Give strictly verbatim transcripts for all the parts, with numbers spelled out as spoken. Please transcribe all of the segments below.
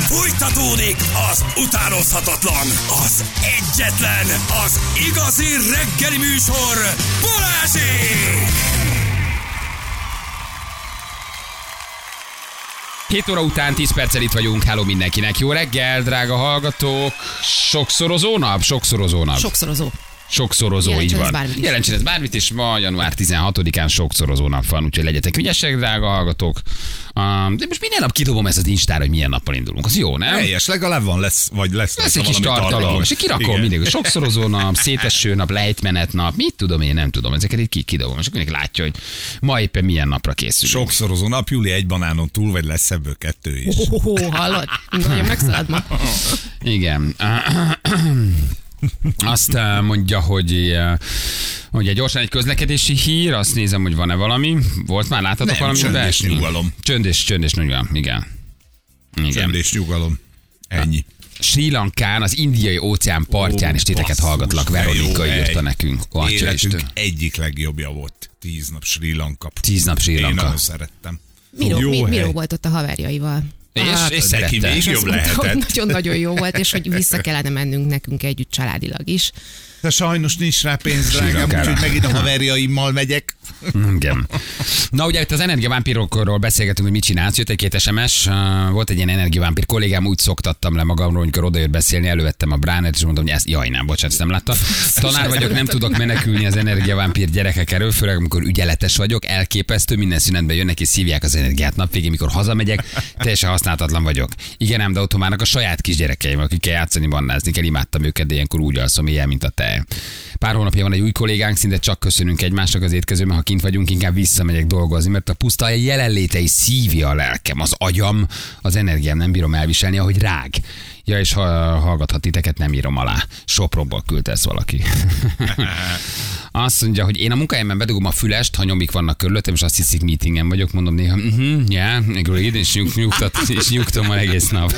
Fújtatódik az utánozhatatlan, az egyetlen, az igazi reggeli műsor, Balázsék! hét óra után tíz perccel itt vagyunk. Hello mindenkinek. Jó reggel, drága hallgatók. Sokszorozó nap? Sokszorozó nap. Sokszorozó. Sokszorozó, így Jelentsen ez van. bármit is. Jelentsen ez bármit, és ma január tizenhatodikán sokszorozó nap van, úgyhogy legyetek ügyesek, drága hallgatók. Um, de most minden nap kidobom ezt az Instára, hogy milyen nappal indulunk. Az jó, nem? Helyes, legalább van lesz, vagy lesz. Lesz egy kis tartalom, és kirakom mindig. Sokszorozó nap, széteső nap, lejtmenet nap, mit tudom én, nem tudom. Ezeket így kidobom, és akkor mindenki látja, hogy ma éppen milyen napra készülünk. Sokszorozó nap, Júli egy banánon túl, vagy lesz ebből kettő is. Oh, oh, oh, hallod? Nagyon megszalad ma. Igen. Azt uh, mondja, hogy uh, ugye gyorsan egy közlekedési hír, azt nézem, hogy van-e valami. Volt már, láttatok Nem, valami? csönd és verseny? nyugalom. Csönd és, csönd és nyugalom, igen. Igen. Csönd és nyugalom. Ennyi. Sri Lankán, az Indiai óceán partján Ó, is titeket basszus, hallgatlak. de Veronika jó hely. írta nekünk. Ó, atya Életünk Isten. egyik legjobbja volt. Tíz nap Sri Lanka. Tíz nap Sri Én Lanka. nagyon szerettem. Miró, Jó mi, hely. Miró volt ott a haverjaival. És, Hát, és neki szerette. még jobb Azt mondta, hogy lehetett. nagyon-nagyon jó volt, és hogy vissza kellene mennünk nekünk együtt családilag is. De sajnos nincs rá pénz, Sri drágám, Lankára. úgyhogy megint a haverjaimmal megyek. Igen. Na ugye itt az energiavámpírokról beszélgetünk, hogy mit csinálsz. Jött egy-két es em es, uh, volt egy ilyen energiavámpír kollégám, úgy szoktattam le magamról, amikor odajött beszélni, elővettem a bránet, és mondtam, hogy ezt, jaj nem, bocsánat, ezt nem látta. Tanár vagyok, nem tudok menekülni az energiavámpír gyerekek elől, főleg amikor ügyeletes vagyok, elképesztő, minden szünetben jönnek és szívják az energiát. Nap végén, mikor hazamegyek, teljesen használhatatlan vagyok. Igen, ám, de otthon várnak a saját kisgyerekeim, akikkel játszani, bannázni kell, imádtam őket, de ilyenkor úgy alszom éjjel, mint a te. Pár hónapja van egy új kollégánk, szinte csak köszönünk egymásnak az étkezőben, ha kint vagyunk, inkább visszamegyek dolgozni, mert a puszta jelenléte is szívja a lelkem, az agyam, az energiám nem bírom elviselni, ahogy rág. Ja, és ha hallgathat titeket, nem írom alá. Sopronból küldte ezt valaki. Azt mondja, hogy én a munkahelyemen bedugom a fülest, ha nyomik vannak körülöttem, és azt hiszik, meetingen vagyok, mondom néha, uh-huh, yeah, agreed, és, nyug, nyugtat, és nyugtom az egész nap.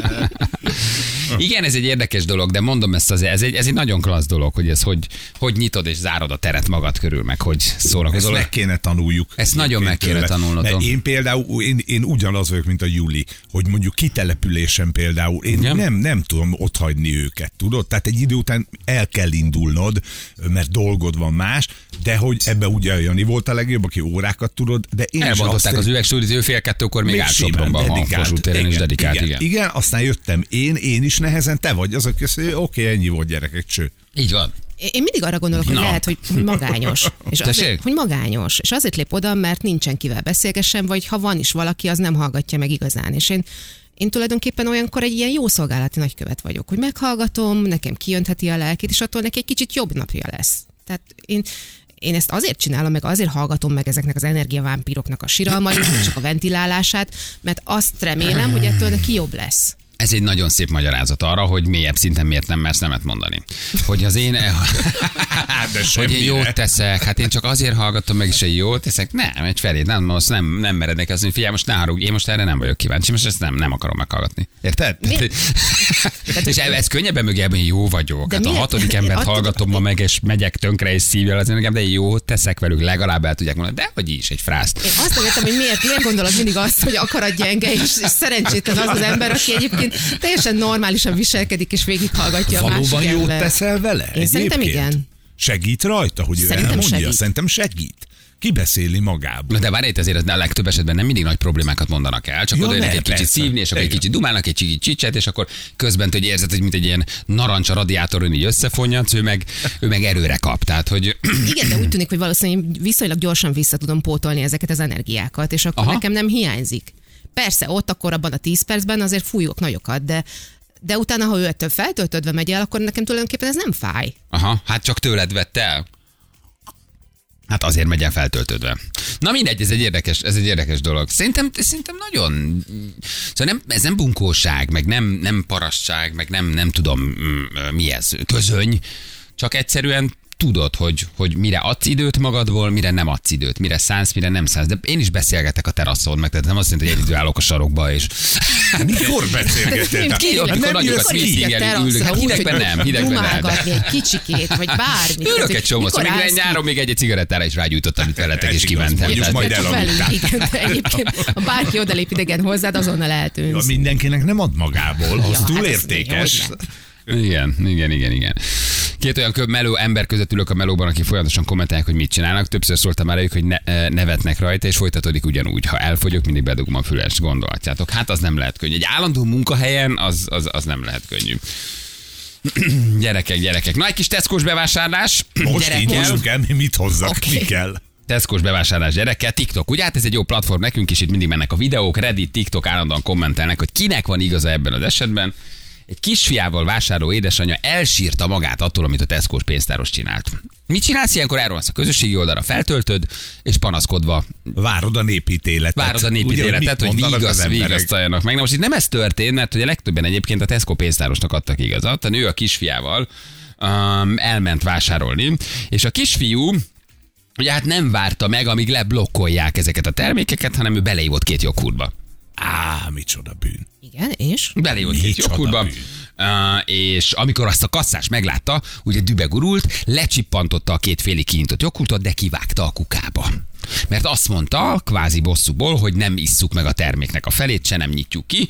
Igen, ez egy érdekes dolog, de mondom ezt azért, ez egy, ez egy nagyon klassz dolog, hogy ez hogy, hogy nyitod és zárod a teret magad körül, meg hogy szórakozol. Ezt meg kéne tanuljuk. Ezt nagyon meg kéne tőle. tanulnotok. Mert én például, én, én ugyanaz vagyok, mint a Júli, hogy mondjuk kitelepülésen például, én Igen? nem, nem tudom otthagyni őket, tudod? Tehát egy idő után el kell indulnod, mert dolgod van más, de hogy ebbe ugye Jani volt a legjobb, aki órákat tudod, de én is Elbontották azt- az üvegsúlyt, ő fél kettőkor még állt simán Sopronban, a dedikált. Kossuth téren is dedikált, igen, igen. igen, aztán jöttem én, én is nehezen, te vagy az, aki azt mondja, oké, ennyi volt gyerekek, cső. Így van. Én mindig arra gondolok, hogy Na. lehet, hogy magányos. És Tessék? azért, hogy magányos. És azért lép oda, mert nincsen kivel beszélgessen, vagy ha van is valaki, az nem hallgatja meg igazán. És én, én tulajdonképpen olyankor egy ilyen jó szolgálati nagykövet vagyok, hogy meghallgatom, nekem kijöntheti a lelkét, és attól neki egy kicsit jobb napja lesz. Tehát én, én ezt azért csinálom, meg azért hallgatom meg ezeknek az energiavámpíroknak a siralmait, csak a ventilálását, mert azt remélem, hogy ettől neki jobb lesz. Ez egy nagyon szép magyarázat arra, hogy mélyebb szinten miért nem mersz nemet mondani. Hogy az én... De hogy én semmire. jót teszek, hát én csak azért hallgatom meg is, hogy jót teszek. Nem, egy felé, nem, most nem, nem mered neki azt mondani, figyelj, most ne haragudj, én most erre nem vagyok kíváncsi, most ezt nem, nem akarom meghallgatni. Érted? Miért? És ez könnyebben mögé, hogy jó vagyok. De Hát a miért? hatodik embert Attól- hallgatom ma meg, és megyek tönkre, és szívja az engem, de jót teszek velük, legalább el tudják mondani, de hogy is, egy frászt. Én azt nem értem, hogy miért, miért gondolod mindig azt, hogy akarat gyenge, és, és szerencsétlen az az ember, aki egyébként teljesen normálisan viselkedik, és végighallgatja a másik Valóban jót ember. teszel vele? Én szerintem egyébként? igen. Segít rajta, hogy ő Szerintem elmondja? segít. Szerintem segít. Kibeszéli magából. Na de várj, itt azért a legtöbb esetben nem mindig nagy problémákat mondanak el, csak Ja, oda jönnek ne, egy kicsit persze. szívni, és akkor egy Igen. kicsit dumálnak, egy kicsit csicset, és akkor közben, hogy érzed, hogy mint egy ilyen narancs a radiátoron így összefonnyadsz, ő meg, ő meg erőre kap. Tehát, hogy Igen, de úgy tűnik, hogy valószínűleg viszonylag gyorsan vissza tudom pótolni ezeket az energiákat, és akkor Aha. nekem nem hiányzik. Persze, ott akkor abban a tíz percben azért fújok nagyokat, de de utána, ha ő ettől feltöltődve megy el, akkor nekem tulajdonképpen ez nem fáj. aha, hát csak tőled vett el. Hát azért megy el feltöltődve. Na mindegy, ez egy érdekes, ez egy érdekes dolog. Szerintem, szerintem nagyon... Szóval nem, ez nem bunkóság, meg nem, nem parasság, meg nem, nem tudom mi ez, közöny, csak egyszerűen tudod, hogy, hogy mire adsz időt magadból, mire nem adsz időt, mire szánsz, mire nem szánsz. De én is beszélgetek a teraszon, meg tehát nem azt jelenti, hogy egyedül állok a sarokba, és... Mikor beszélgettél? Ki, amikor nagyokat meetingelünk, ülünk. Hát hidegben nem, hidegben nem. Dumálgatni egy kicsikét, vagy bármi. Ülök egy csomószor, még nyáron még egy cigarettára is rágyújtottam itt veletek, és kimentem. Mondjuk majd elaludtál. Igen, de egyébként, ha bárki odalép idegen hozzád, azonnal eltűnsz. Mindenkinek nem ad magából, az Ja, túl hát ez értékes. még Igen, igen, igen, igen. Két olyan kö- meló ember között ülök a melóban, aki folyamatosan kommentálják, hogy mit csinálnak. Többször szóltam már rájuk, hogy ne, nevetnek rajta, és folytatódik ugyanúgy. Ha elfogyok, mindig bedugom a füles, gondolhatjátok. Hát az nem lehet könnyű. Egy állandó munkahelyen az, az, az nem lehet könnyű. Gyerekek, gyerekek. Na, egy kis Tesco-s bevásárlás. Most indulunk el, mit hozzak, okay. Mi kell. Tesco-s bevásárlás gyerekkel, TikTok. Ugye hát ez egy jó platform nekünk is, itt mindig mennek a videók, Reddit, TikTok állandóan kommentelnek, hogy kinek van igaza ebben az esetben. Egy kisfiával vásárló édesanyja elsírta magát attól, amit a Tesco-s pénztáros csinált. Mit csinálsz ilyenkor? Elrohansz a közösségi oldalra, feltöltöd, és panaszkodva. Várod a népítéletet. Várod a népítéletet, hogy vígaszt, vigasztaljanak meg. Na most itt nem ez történt, mert ugye legtöbben egyébként a Tesco pénztárosnak adtak igazat. A nő a kisfiával um, elment vásárolni, és a kisfiú ugye hát nem várta meg, amíg leblokkolják ezeket a termékeket, hanem ő beleívott két joghurtba. Á, micsoda bűn. Igen, és? Beléjött két joghurtba, uh, és amikor azt a kasszás meglátta, ugye dübegurult, lecsippantotta a két félig kinyitott joghurtot, de kivágta a kukába. Mert azt mondta, kvázi bosszúból, hogy nem isszuk meg a terméknek a felét, se nem nyitjuk ki,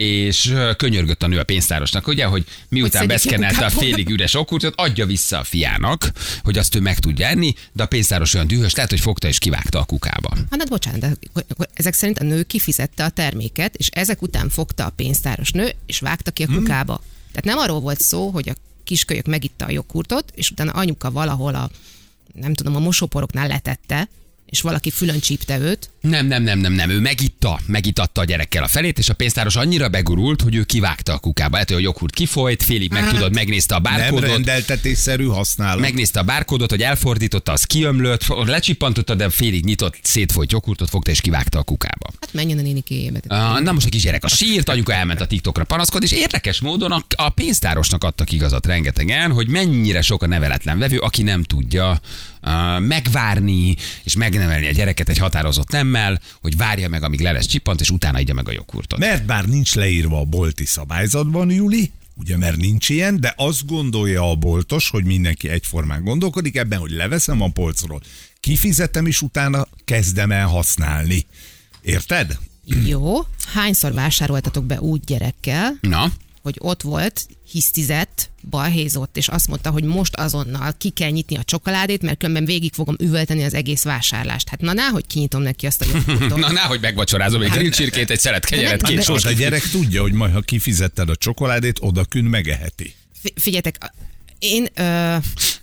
és könyörgött a nő a pénztárosnak, ugye, hogy miután hogy beszkennelte a félig üres joghurtot, adja vissza a fiának, hogy azt ő meg tudja enni, de a pénztáros olyan dühös lehet, hogy fogta és kivágta a kukába. Hát, hát bocsánat, de ezek szerint a nő kifizette a terméket, és ezek után fogta a pénztáros nő, és vágta ki a kukába. Hmm. Tehát nem arról volt szó, hogy a kiskölyök megitta a joghurtot, és utána anyuka valahol a, nem tudom, a mosóporoknál letette, és valaki fülön csípte őt. Nem, nem, nem, nem, nem. Ő megitta, megitatta a gyerekkel a felét, és a pénztáros annyira begurult, hogy ő kivágta a kukába. Lehet, hogy a joghurt kifolyt, félig meg hát, tudod, megnézte a bárkódot. Nem rendeltetésszerű használat. Megnézte a bárkódot, hogy elfordította, az kiömlött, lecsippantotta, de félig nyitott, szétfolyt joghurtot fogta és kivágta a kukába. Hát menjen a néni kéjébe. Uh, na most a kisgyerek a sírt, anyuka elment a TikTokra panaszkodni, és érdekes módon a, a pénztárosnak adtak igazat rengetegen, hogy mennyire sok a neveletlen vevő, aki nem tudja uh, megvárni és megnevelni a gyereket egy határozott nemmel, hogy várja meg, amíg le lesz csippant, és utána igya meg a joghurtot. Mert bár nincs leírva a bolti szabályzatban, Juli, ugye mert nincs ilyen, de azt gondolja a boltos, hogy mindenki egyformán gondolkodik ebben, hogy leveszem a polcról, kifizetem, és utána kezdem el használni. Érted? Jó. Hányszor vásároltatok be úgy gyerekkel, Na? hogy ott volt, hisztizett, balhézott, és azt mondta, hogy most azonnal ki kell nyitni a csokoládét, mert különben végig fogom üvölteni az egész vásárlást. Hát na, hogy kinyitom neki azt a joghurtot. Na, hogy megvacsorázom egy grill csirkét, egy szelet kenyeret, két sós. A gyerek tudja, hogy majd, ha kifizetted a csokoládét, odakün megeheti. Figyeljetek, én ö,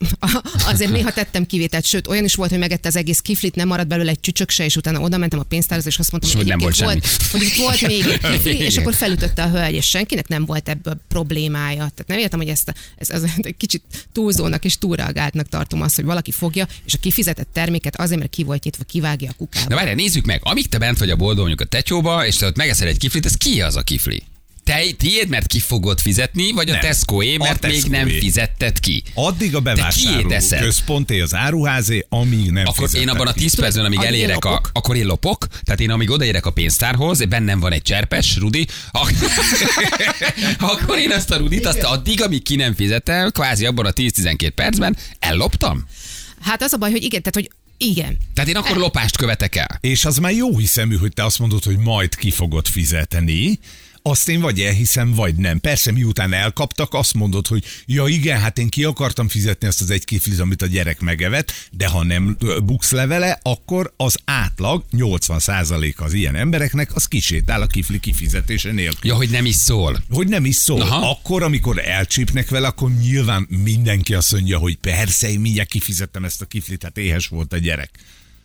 azért néha tettem kivételt, sőt, olyan is volt, hogy megette az egész kiflit, nem maradt belőle egy csücsök se, és utána oda mentem a pénztárhoz, és azt mondtam, hogy, hogy nem volt, volt, hogy itt volt még egy kifli, és akkor felütötte a hölgy, és senkinek nem volt ebből problémája. Tehát nem értem, hogy ezt a, ez, ez egy kicsit túlzónak és túlreagáltnak tartom azt, hogy valaki fogja, és a kifizetett terméket azért, mert ki volt nyitva, kivágja a kukába. Na várjál, nézzük meg, amíg te bent vagy a boltban, mondjuk a tetyóba, és te ott megeszel egy kiflit, ez ki az a kifli? Te, tiéd, mert ki fogod fizetni, vagy nem. A Tesco-é, mert a még Tesco-é. Nem fizetted ki? Addig a bevásárló központé, az áruházé, amíg nem akkor én abban a tíz percben, amíg elérek, a, akkor én lopok, tehát én amíg odaérek a pénztárhoz, bennem van egy cserpes, Rudi, ak- akkor én azt a Rudit, azt addig, amíg ki nem fizetem, kvázi abban a tíz-tizenkét percben elloptam? Hát az a baj, hogy igen, tehát hogy igen. Tehát én akkor lopást követek el. És az már jó hiszemű, hogy te azt mondod, hogy majd ki fogod fizetni. Azt én vagy elhiszem, vagy nem. Persze, miután elkaptak, azt mondod, hogy ja igen, hát én ki akartam fizetni azt az egy kiflit, amit a gyerek megevett, de ha nem buksz levele, akkor az átlag nyolcvan százalék az ilyen embereknek, az kisétál a kifli kifizetése nélkül. Ja, hogy nem is szól. Hogy nem is szól. Aha. Akkor, amikor elcsípnek vele, akkor nyilván mindenki azt mondja, hogy persze, én mindjárt kifizettem ezt a kiflit, hát éhes volt a gyerek.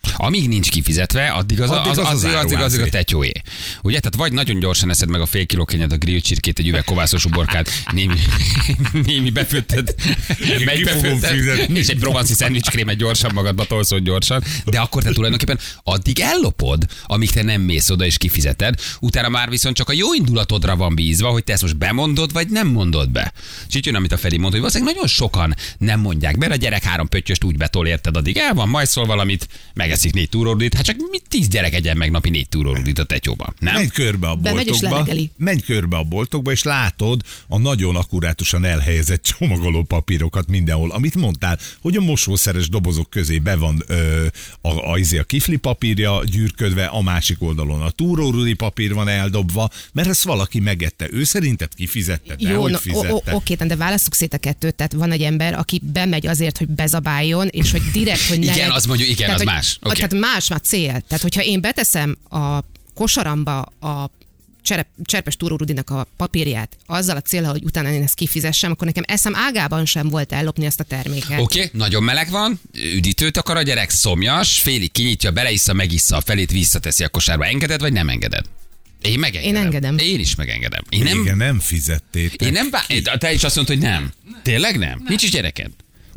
Amíg nincs kifizetve, addig az, Addig az, az az, az az, az, az, az a tetyóé. Ugye? Tehát vagy nagyon gyorsan eszed meg a fél kiló kenyeret, a grill csirkét, egy üveg kovászos uborkát, némi, némi befőtted, megbefőtted, és egy provanszi szendvicskrémet gyorsan magadba tolszod gyorsan, de akkor te tulajdonképpen addig ellopod, amíg te nem mész oda és kifizeted, utána már viszont csak a jó indulatodra van bízva, hogy te ezt most bemondod, vagy nem mondod be. És itt jön, amit a Feri mond, hogy valószínűleg nagyon sokan nem mondják be, a gyerek három pöttyöst úgy betol, érted, addig el van, majd szól valamit, megeszik négy túrórudit, hát csak mit tíz gyerek egyen meg napi négy túrórudit a tetyóba, nem? Menj körbe a Bemegy és boltokba, lelegeli. menj körbe a boltokba, és látod a nagyon akkurátusan elhelyezett csomagoló papírokat mindenhol, amit mondtál, hogy a mosószeres dobozok közé be van ö, a, a, a kifli papírja gyűrködve, a másik oldalon a túrórudi papír van eldobva, mert ezt valaki megette. Ő szerinted kifizette, de Jó, hogy no, fizette? o- o- oké, de válasszuk szét a kettőt. Tehát van egy ember, aki bemegy azért, hogy bezabáljon, és hogy direkt, hogy ne Igen, leg- az mondjuk, igen, tehát, az hogy- más. Oké. Tehát más már cél. Tehát, hogyha én beteszem a kosaramba a cserep, cserpes túrórudinak a papírját, azzal a célral, hogy utána én ezt kifizessem, akkor nekem eszem ágában sem volt ellopni ezt a terméket. Oké, okay, nagyon meleg van, üdítőt akar a gyerek, szomjas, félig kinyitja, beleissza, megissza, a felét visszateszi a kosárba. Engeded, vagy nem engeded? Én megengedem. Én engedem. Én is megengedem. Én nem, Igen, nem fizettétek. én nem bá- te is azt mondtad, hogy nem. Tényleg nem? Nincs is gyereked.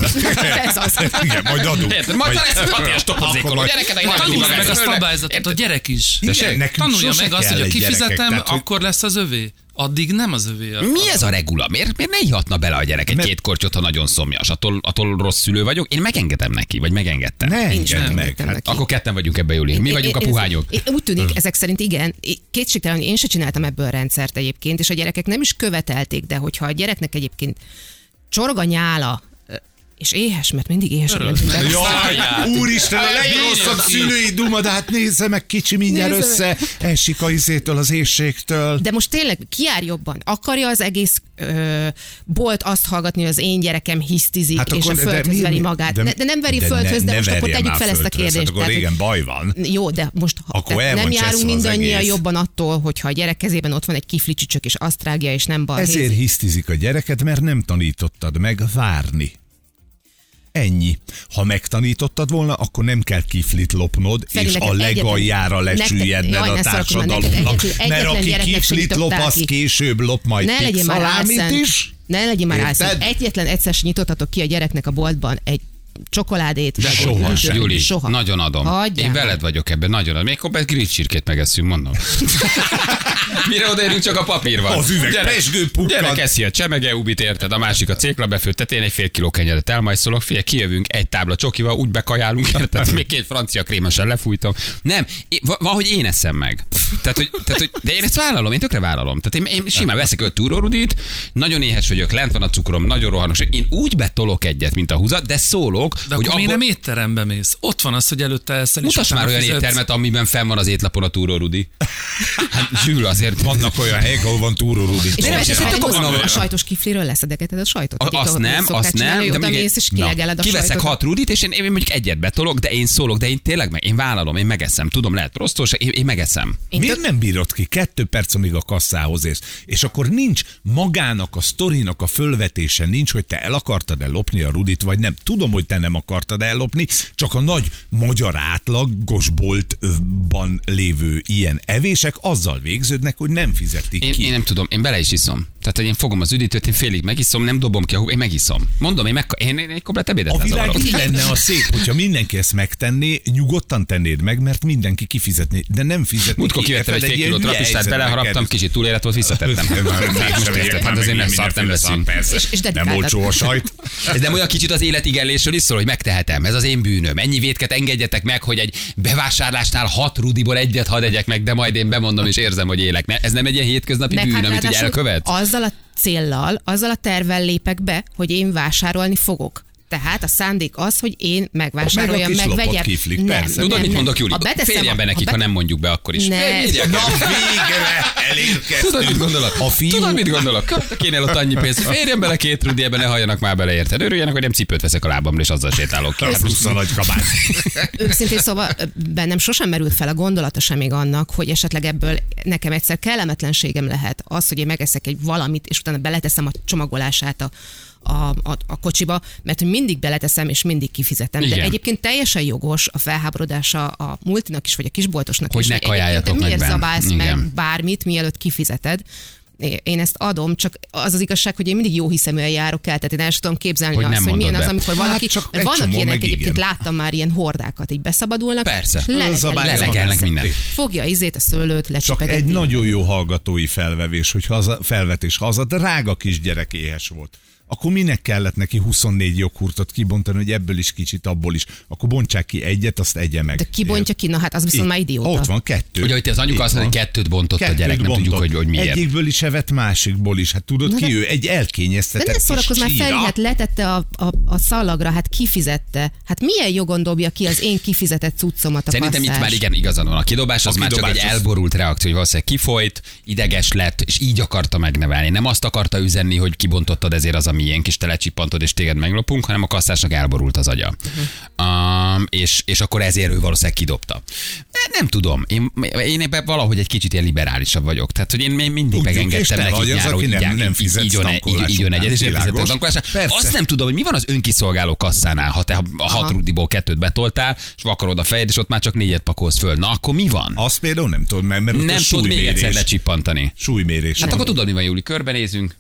Ez az. Igen, majd adunk. Érted? Majd Majd- talán ezt a Akkor topozékoló majd- gyereket, aki Tanulja nem meg a fölve. szabályzatot, a gyerek is. Igen, nekünk Tanulja sose meg azt, kell hogy ha egy gyerekek, kifizetem, tehát, hogy- akkor lesz az övé. Addig nem az övé. a- Mi ez a regula? Miért, miért ne ihatna bele a gyerek egy Mert- két kortyot, ha nagyon szomjas? Attól, attól rossz szülő vagyok? Én megengedem neki, vagy megengedtem. Ne Én is engedd meg. megengedtem Hát, neki. Akkor ketten vagyunk ebben, Júli. Mi Én- vagyunk a én- puhányok. én- Úgy tűnik, ezek szerint igen. Kétségtelen, én se csináltam ebből rendszert egyébként, és a gyerekek nem is követelték, de hogyha a gyereknek egyébként csorog a nyála, és éhes, mert mindig éhes. Öröm. Jaj, úristen, a legrosszabb szülői duma, de hát nézze meg, kicsi mindjárt Nézze össze, esik a izétől, az éhségtől. De most tényleg ki jár jobban? Akarja az egész ö, bolt azt hallgatni, hogy az én gyerekem hisztizik, Hát és akkor- a de földhöz mi- veri mi- magát. De, de- de nem veri de földhöz, ne- de ne most akkor verje tegyük már fel ezt a földhöz, kérdést. hát akkor Tehát, régen baj van. Jó, de most Akkor tehát el van nem cseszve járunk az mindannyian egész. jobban attól, hogyha a gyerek kezében ott van egy kifli csücsök, és azt rágja, és nem balhézik. Ezért hisztizik a gyereket, mert nem tanítottad meg várni. Ennyi. Ha megtanítottad volna, akkor nem kell kiflit lopnod, Feri, és neked a legaljára egyetlen- lesüllyedned nektek- jaj, a ne szaladj már, neked társadalomnak. egyetlen- Mert egyetlen aki gyereknek kiflit lop, segítottál az ki. később lop majd Ne legyél már pixalámit álszent. is. Ne legyél már Érted? álszent. Egyetlen egyszer sem nyitottatok ki a gyereknek a boltban egy csokoládét. De vagy soha, egy üdítőt. Júli, Soha. nagyon adom. Hagyjál Én már. veled vagyok ebben, nagyon adom. Még akkor be grill csirkét megeszünk, mondom. Mire odaérünk, csak a papír van. Az üveg Gyerek- pezsgő pukkad. Gyerek eszi a csemege ubit, érted? A másik a cékla befőttet, én egy fél kiló kenyeret elmajszolok, figyelj, kijövünk egy tábla csokival, úgy bekajálunk, érted? Még két francia krémesen lefújtom. Nem, én, valahogy én eszem meg. Tehát, hogy, tehát, hogy, de én ezt vállalom, én tökre vállalom. Tehát én, én simán veszek öt túrórudit, nagyon éhes vagyok, lent van a cukrom, nagyon rohanok. Én úgy betolok egyet, mint a húzat, de szólok, De hogy akkor miért abból- nem étterembe mész? Ott van az, hogy előtte elszel, és Mutass utána már olyan fizetsz. éttermet, amiben fenn van az étlapon a túrórudi. Hát Zsül, azért Vannak olyan helyek, ahol van túrórudi. És Nem, persze, nem, szerintem nem, a, nem. a sajtos kifliről leszedegeted a sajtot. A, Akik azt ahol nem, szokták azt csinálni, nem. hogy oda még- mész és Na, kilegeled a kiveszek sajtot. hat rudit, és én, én mondjuk egyet betolok, de én szólok, de én tényleg meg, én vállalom, én megeszem. Tudom, lehet prostós, én, én megeszem. Én Miért tök- nem bírod ki kettő perc, amíg a kasszához érsz? És akkor nincs magának a sztorinak a fölvetése, nincs, hogy te el akartad ellopni a rudit, vagy nem. Tudom, hogy te nem akartad ellopni, csak a nagy magyar átlagos boltban lévő ilyen evések azzal végződnek, hogy nem fizetik Én, ki. én nem tudom, én bele is iszom. Tehát, hogy én fogom az üdítőt, én félig megiszom, nem dobom ki a hú, én megiszom. Mondom, én, meg, én, én egy komplet ebédet A világ lezavarok. így lenne a szép, hogyha mindenki ezt megtenné, nyugodtan tennéd meg, mert mindenki kifizetné, de nem fizetni. Múltkor ki. kivettem egy Érted? fél ilyen kilót hülye rapistát, helyzetbe beleharaptam, kerülsz. kicsit túlélet volt, visszatettem. Hát most érted, hát azért nem szart, nem veszünk. És- és Nem dedikáltad. olcsó a sajt. Ez nem olyan kicsit az életigenlésről is szól, hogy megtehetem. Ez az én bűnöm. Ennyi vétket engedjetek meg, hogy egy bevásárlásnál hat rudiból egyet hadd egyek meg, de majd én bemondom és érzem, hogy élek. Ne? Ez nem egy ilyen hétköznapi Meg bűn, hát amit ugye ráadásul elkövet? azzal a céllal, azzal a tervvel lépek be, hogy én vásárolni fogok. Tehát a szándék az, hogy én megvásároljam, Meg a kis lopott megvegyem. kiflik, persze. Tudod, nem, mit nem. mondok, Júli? Ha beteszem Férjen be a- nekik, ha ha bet- nem mondjuk be, akkor is. Ne. Írják Na el. végre elérkeztünk. Tudod, mit gondolok? A fiú... Tudod, mit gondolok? Kaptak én el ott annyi pénzt, hogy férjen bele két rudi, ebben ne halljanak már bele, érted? Örüljenek, hogy nem cipőt veszek a lábamra, és azzal sétálok ki. Hát plusz a nagy kabát. Őszintén szóval ö, bennem sosem merült fel a gondolata sem még annak, hogy esetleg ebből nekem egyszer kellemetlenségem lehet az, hogy én megeszek egy valamit, és utána beleteszem a csomagolását a, a, a, a kocsiba, mert hogy mindig beleteszem, és mindig kifizetem. Igen. De egyébként teljesen jogos a felháborodása a multinak is, vagy a kisboltosnak hogy is. ne kajáljatok meg miért benn. zabálsz Igen. meg bármit, mielőtt kifizeted? Én ezt adom, csak az az igazság, hogy én mindig jó hiszeműen járok el, tehát én el sem tudom képzelni Hogy azt, nem hogy milyen mondod az, be. amikor valaki, Hát csak mert egy vannak csomó, ilyenek, meg egyébként igen. láttam már ilyen hordákat, így beszabadulnak. Persze. Lelegelnek Lelegelnek mindent. Fogja izét, a szőlőt, Csak lecsipegeti. egy nagyon jó hallgatói felvevés, hogy haza, felvetés, ha az a drága kisgyerek éhes volt, akkor minek kellett neki huszonnégy joghurtot kibontani, hogy ebből is kicsit, abból is. Akkor bontsák ki egyet, azt egye meg. De kibontja ki, na hát az viszont Itt. már idióta. Ott van kettő. Ugye, hogy az anyuka Itt azt mondja, van. hogy kettőt bontott a Kettőt gyerek, nem bontott. tudjuk, hogy, hogy miért. Egyikből is evett, másikból is. Hát tudod Na ki de- ő? Egy De elkényeztetett ne szórakozz már, kis Feri, csíra. hát letette a, a, a szalagra, hát kifizette. Hát milyen jogon dobja ki az én kifizetett cuccomat a Szerintem itt kasszás? már igen igazad van. A kidobás az A már csak kidobás egy az- elborult reakció, hogy valószínűleg kifolyt, ideges lett, és így akarta megnevelni. Nem azt akarta üzenni, hogy kibontottad, ezért az a miénk, és te lecsippantod, és téged meglopunk, hanem a kasszásnak elborult az agya. Uh-huh. Um, és, és akkor ezért ő valószínűleg kidobta. De nem tudom. Én, én ebben valahogy egy kicsit ilyen liberálisabb vagyok. Tehát, hogy én még mindig Tudjuk, és megengedtem te nekik vagy az, nyáron, aki hogy nem- így- nem így- fizetsz így jön egy- tankolás így jön után. egyet, és nem fizetett Világos. tankolásra. Persze. Azt nem tudom, hogy mi van az önkiszolgáló kasszánál, ha te a hat rudiból kettőt betoltál, és vakarod a fejed, és ott már csak négyet pakolsz föl. Na, akkor mi van? Azt például nem tudod, mert, mert ott Nem a tud még egyszer súlymérés. lecsippantani. Súlymérés. Hát van. akkor tudod, mi van, Júli, körbenézünk,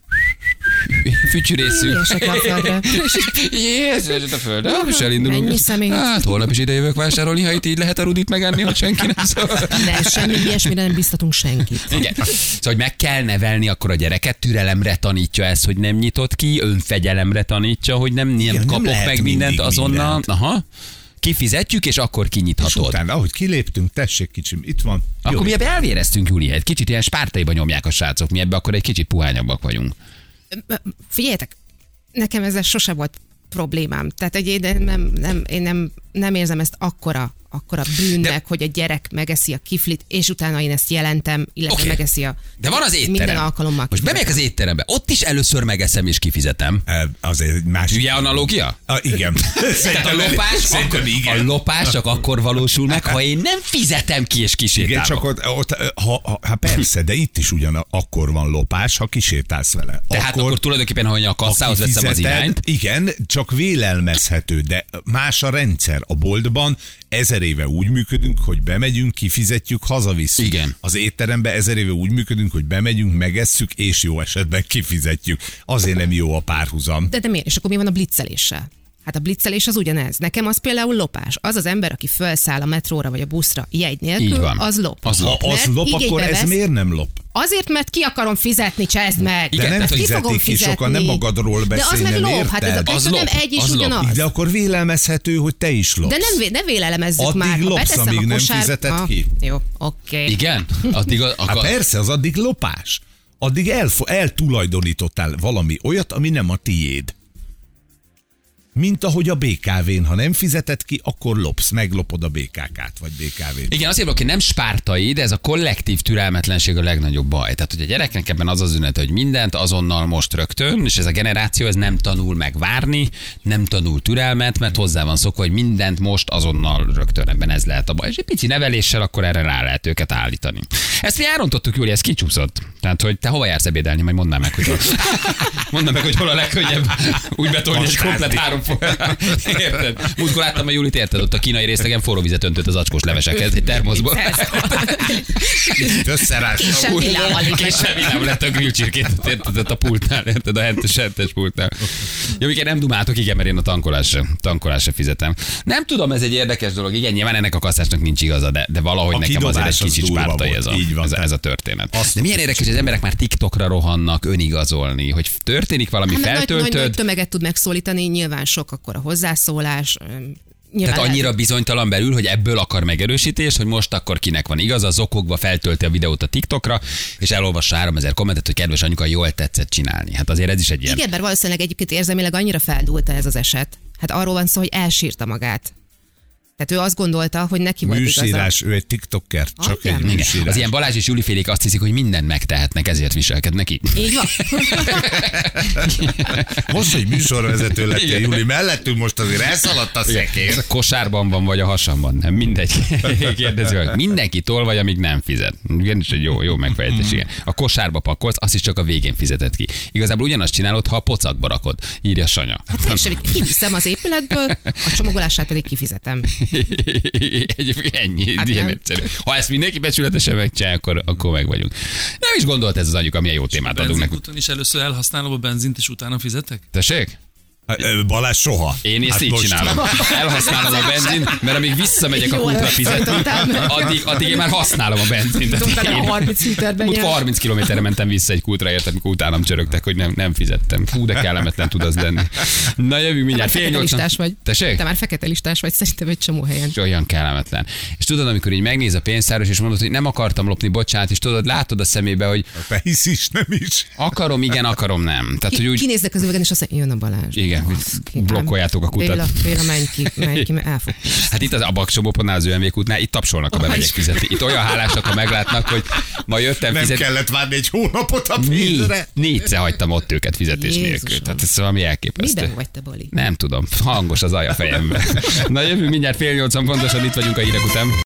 fütyürészünk. Esek le a földre. Jézus, a földre, és elindulunk. Mennyi személy? Hát holnap is ide jövök vásárolni, ha itt így lehet a rudit megenni, hogy senki nem szól. Nem, semmi ilyesmire nem biztatunk senkit. Igen. Szóval, hogy meg kell nevelni akkor a gyereket, türelemre tanítja ezt, hogy nem nyitott ki, önfegyelemre tanítja, hogy nem, nem Igen, nem kapok lehet meg mindent mindig azonnal. mindent. Aha. Kifizetjük, és akkor És kinyithatod. utána, ahogy kiléptünk, tessék kicsim, itt van. Akkor Jó. mi ebbe elvéreztünk, Júli, egy kicsit ilyen spártaiba nyomják a srácok, mi ebbe akkor egy kicsit puhányabbak vagyunk. Figyeljetek, nekem ezzel sose volt problémám. Tehát egy, én nem, nem, én nem, nem érzem ezt akkora, akkora bűnnek, De- hogy a gyerek megeszi a kiflit, és utána én ezt jelentem, illetve Oké. megeszi a De van az étterem. minden alkalommal. Most bemegyek az étterembe, ott is először megeszem és kifizetem. E, Azért egy másik. Hülye analógia? A, igen. Tehát a lopás, Szerintem akkor, igen. a lopás csak akkor valósul meg, ha én nem fizetem ki és kisétálok. Igen, csak ott, ott ha, ha, ha persze, de itt is ugyan akkor van lopás, ha kisétálsz vele. Tehát akkor, akkor tulajdonképpen, ha a kasszához veszem az kifizeted, irányt, Igen, csak vélelmezhető, de más a rendszer. A boltban ezer éve úgy működünk, hogy bemegyünk, kifizetjük, hazavisszük. Igen. Az étteremben ezer éve úgy működünk, hogy bemegyünk, megesszük, és jó esetben kifizetjük. Azért nem jó a párhuzam. De, de miért? És akkor mi van a blitzeléssel? Hát a blitzelés az ugyanez. Nekem az például lopás. Az az ember, aki felszáll a metróra vagy a buszra jegy nélkül, Így van. az lop. Az lop. Ha az Mert lop, igénybe akkor ez vesz- miért nem lop? Azért, mert ki akarom fizetni, cseszd meg. Igen, De nem tehát, hogy Ki fogom fizetik ki sokan, nem fizetni? magadról De az beszélni, meg nem lop, hát ez a érted? kettő Az nem lop, egy és az lop. ugyanaz. De akkor vélelmezhető, hogy te is lopsz. De nem, vé- ne vélelemezzük Addig már. Ha lopsz, beteszem amíg a nem kosár... fizeted Ah, ki. Jó, oké. Okay. igen, addig a, Hát a, persze, az addig lopás. Addig elfo- eltulajdonítottál valami olyat, ami nem a tiéd. Mint ahogy a bé ká vén, ha nem fizeted ki, akkor lopsz, meglopod a bé ká kát, vagy bé ká vét. Igen, azért aki nem spártai, de ez a kollektív türelmetlenség a legnagyobb baj. Tehát, hogy a gyereknek ebben az az üzenet, hogy mindent azonnal most rögtön, és ez a generáció ez nem tanul meg várni, nem tanul türelmet, mert hozzá van szokva, hogy mindent most azonnal rögtön, ebben ez lehet a baj. És egy pici neveléssel akkor erre rá lehet őket állítani. Ezt mi elrontottuk, Júli, ez kicsúszott. Tehát, hogy te hova jársz ebédelni, majd mondd meg, hogy hol. Mondd meg, hogy hol a legkönnyebb úgy betolni egy komplet három Érted? Múltkor láttam a Julit, érted? Ott a kínai részlegen forró vizet öntött az acskós levesekhez egy termoszból. Összerástam. Semmi lábbal itt. És semmi nem lett a grillcsirkét, érted? Ott a pultnál, érted? A hentes, hentes pultnál. Jó, igen, nem dumáltok, igen, mert én a tankolásra, tankolásra fizetem. Nem tudom, ez egy érdekes dolog. Igen, nyilván ennek a kasszásnak nincs igaza, de, de valahogy A nekem azért egy kidobás az kicsit durva spártai volt. ez a, Így van, ez, a, tehát- ez a történet. Azt De milyen érdekes, hogy az emberek már TikTokra rohannak önigazolni, hogy történik valami, Hát, meg nagy, nagy, nagy feltöltöd, tömeget tud megszólítani, nyilván sok akkor a hozzászólás. öm, Nyilván tehát annyira lehet- bizonytalan belül, hogy ebből akar megerősítés, hogy most akkor kinek van igaza, zokogva feltölti a videót a TikTokra, és elolvassa háromezer kommentet, hogy kedves anyuka, jól tetszett csinálni. Hát azért ez is egy ilyen. Igen, mert valószínűleg egyébként érzelmileg annyira feldúlta ez az eset. Hát arról van szó, hogy elsírta magát. Tehát ő azt gondolta, hogy neki volt igaza. Műsírás, ő egy tiktoker, csak Atyám. egy Igen. műsírás. Az ilyen Balázs és Julifélék azt hiszik, hogy mindent megtehetnek, ezért viselkednek így. Így van. Most, hogy műsorvezető lettél, Igen. Juli, mellettünk most azért elszaladt a szekér. Ez a kosárban van, vagy a hasamban? Nem, mindegy. Kérdezi, hogy mindenki tol vagy, amíg nem fizet. Igen, is egy jó, jó megfejtés, igen. A kosárba pakolsz, azt is csak a végén fizeted ki. Igazából ugyanazt csinálod, ha a pocakba rakod, írja Sanya. Hát teljesen így kiviszem az épületből, a csomagolását pedig kifizetem. Egyébként ennyi, Hát ilyen nem. egyszerű. Ha ezt mindenki becsületesen megcsinálja, akkor, akkor meg vagyunk. Nem is gondolt ez az anyuk, amilyen jó témát adunk nekünk. Benzinkúton is először elhasználom a benzint, és utána fizetek? Tessék? Balázs soha. Én ezt Hát így most- csinálom. Elhasználom a benzint, mert amíg visszamegyek a Jól kútra fizetni, elszállítottál. addig, addig én már használom a benzint. Utána a harminc literben Múlt jár. harminc kilométerre mentem vissza egy kútra, érted, mikor utánam csörögtek, hogy nem, nem fizettem. Fú, de kellemetlen tud az lenni. Na jövünk mindjárt. Fél Fekete nyolcban. listás vagy. Tessék? Te már fekete listás vagy szerintem egy csomó helyen. És olyan kellemetlen. És tudod, amikor így megnéz a pénztáros, és mondod, hogy nem akartam lopni, bocsánat, és tudod, látod a szemébe, hogy Te hisz is, nem is. akarom, igen, akarom, nem. Tehát, hogy Ki, úgy, kinéznek az üvegen, és azt mondja, jön a Balázs. igen, hogy Ki- blokkoljátok a kutat. Béla, Béla, menj ki, menj ki, mert el fog. Hát itt az a Baksomóponnál, az ÖMV kútnál, itt tapsolnak, ha bemegyek fizetni. Itt olyan hálásak, ha meglátnak, hogy ma jöttem Nem fizetni. kellett várni egy hónapot a Négy, pénzre. négyszer hagytam ott őket fizetés Jézusom. nélkül. Tehát ez valami elképesztő. Minden vagy te, Bali. Nem tudom, hangos az aja fejemben. Na jövünk mindjárt fél nyolcan pontosan, itt vagyunk a hírek után.